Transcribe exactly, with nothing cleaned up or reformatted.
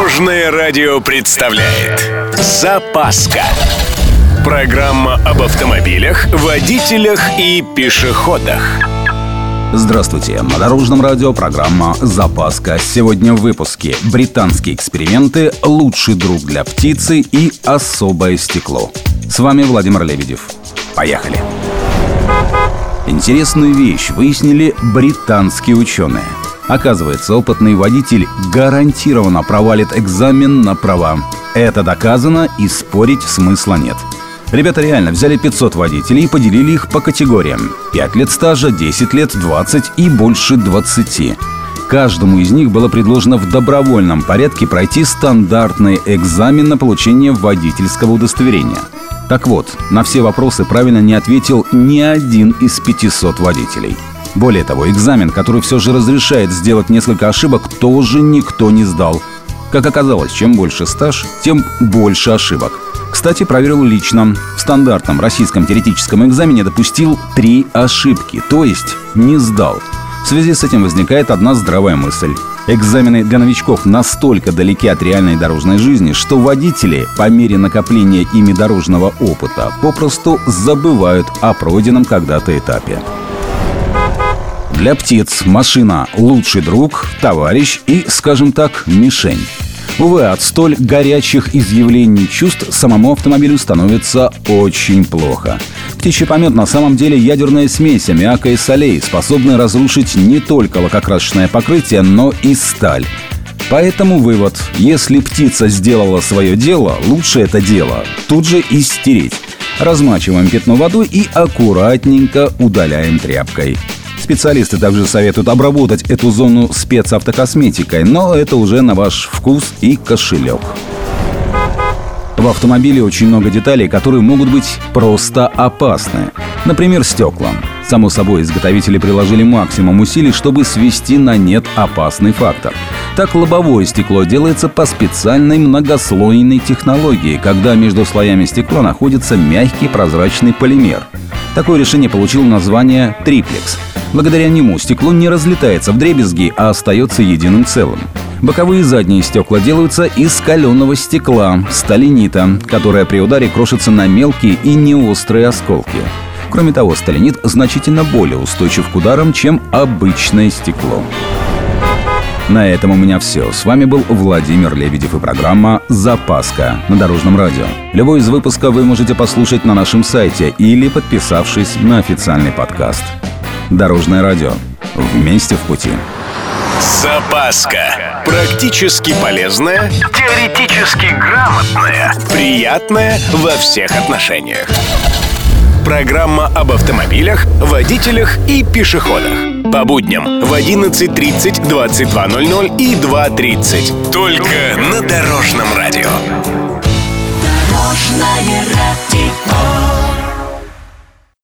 Дорожное радио представляет «Запаска». Программа об автомобилях, водителях и пешеходах. Здравствуйте, на Дорожном радио программа «Запаска». Сегодня в выпуске: британские эксперименты, лучший друг для птицы и особое стекло. С вами Владимир Лебедев. Поехали! Интересную вещь выяснили британские ученые. Оказывается, опытный водитель гарантированно провалит экзамен на права. Это доказано, и спорить смысла нет. Ребята реально взяли пятьсот водителей и поделили их по категориям: пять лет стажа, десять лет, двадцать и больше двадцати. Каждому из них было предложено в добровольном порядке пройти стандартный экзамен на получение водительского удостоверения. Так вот, на все вопросы правильно не ответил ни один из пятисот водителей. Более того, экзамен, который все же разрешает сделать несколько ошибок, тоже никто не сдал. Как оказалось, чем больше стаж, тем больше ошибок. Кстати, проверил лично. В стандартном российском теоретическом экзамене допустил три ошибки, то есть не сдал. В связи с этим возникает одна здравая мысль. Экзамены для новичков настолько далеки от реальной дорожной жизни, что водители по мере накопления ими дорожного опыта попросту забывают о пройденном когда-то этапе. Для птиц машина – лучший друг, товарищ и, скажем так, мишень. Увы, от столь горячих изъявлений чувств самому автомобилю становится очень плохо. Птичий помет на самом деле ядерная смесь аммиака и солей, способная разрушить не только лакокрасочное покрытие, но и сталь. Поэтому вывод: если птица сделала свое дело, лучше это дело тут же и стереть. Размачиваем пятно водой и аккуратненько удаляем тряпкой. Специалисты также советуют обработать эту зону спецавтокосметикой, но это уже на ваш вкус и кошелек. В автомобиле очень много деталей, которые могут быть просто опасны. Например, стекла. Само собой, изготовители приложили максимум усилий, чтобы свести на нет опасный фактор. Так, лобовое стекло делается по специальной многослойной технологии, когда между слоями стекла находится мягкий прозрачный полимер. Такое решение получило название триплекс. Благодаря нему стекло не разлетается вдребезги, а остается единым целым. Боковые и задние стекла делаются из каленого стекла, сталенита, которое при ударе крошится на мелкие и неострые осколки. Кроме того, сталинит значительно более устойчив к ударам, чем обычное стекло. На этом у меня все. С вами был Владимир Лебедев и программа «Запаска» на Дорожном радио. Любой из выпусков вы можете послушать на нашем сайте или подписавшись на официальный подкаст. Дорожное радио. Вместе в пути. Запаска. Практически полезная, теоретически грамотная, приятная во всех отношениях. Программа об автомобилях, водителях и пешеходах. По будням в одиннадцать тридцать, двадцать два ноль ноль и два тридцать. Только на Дорожном.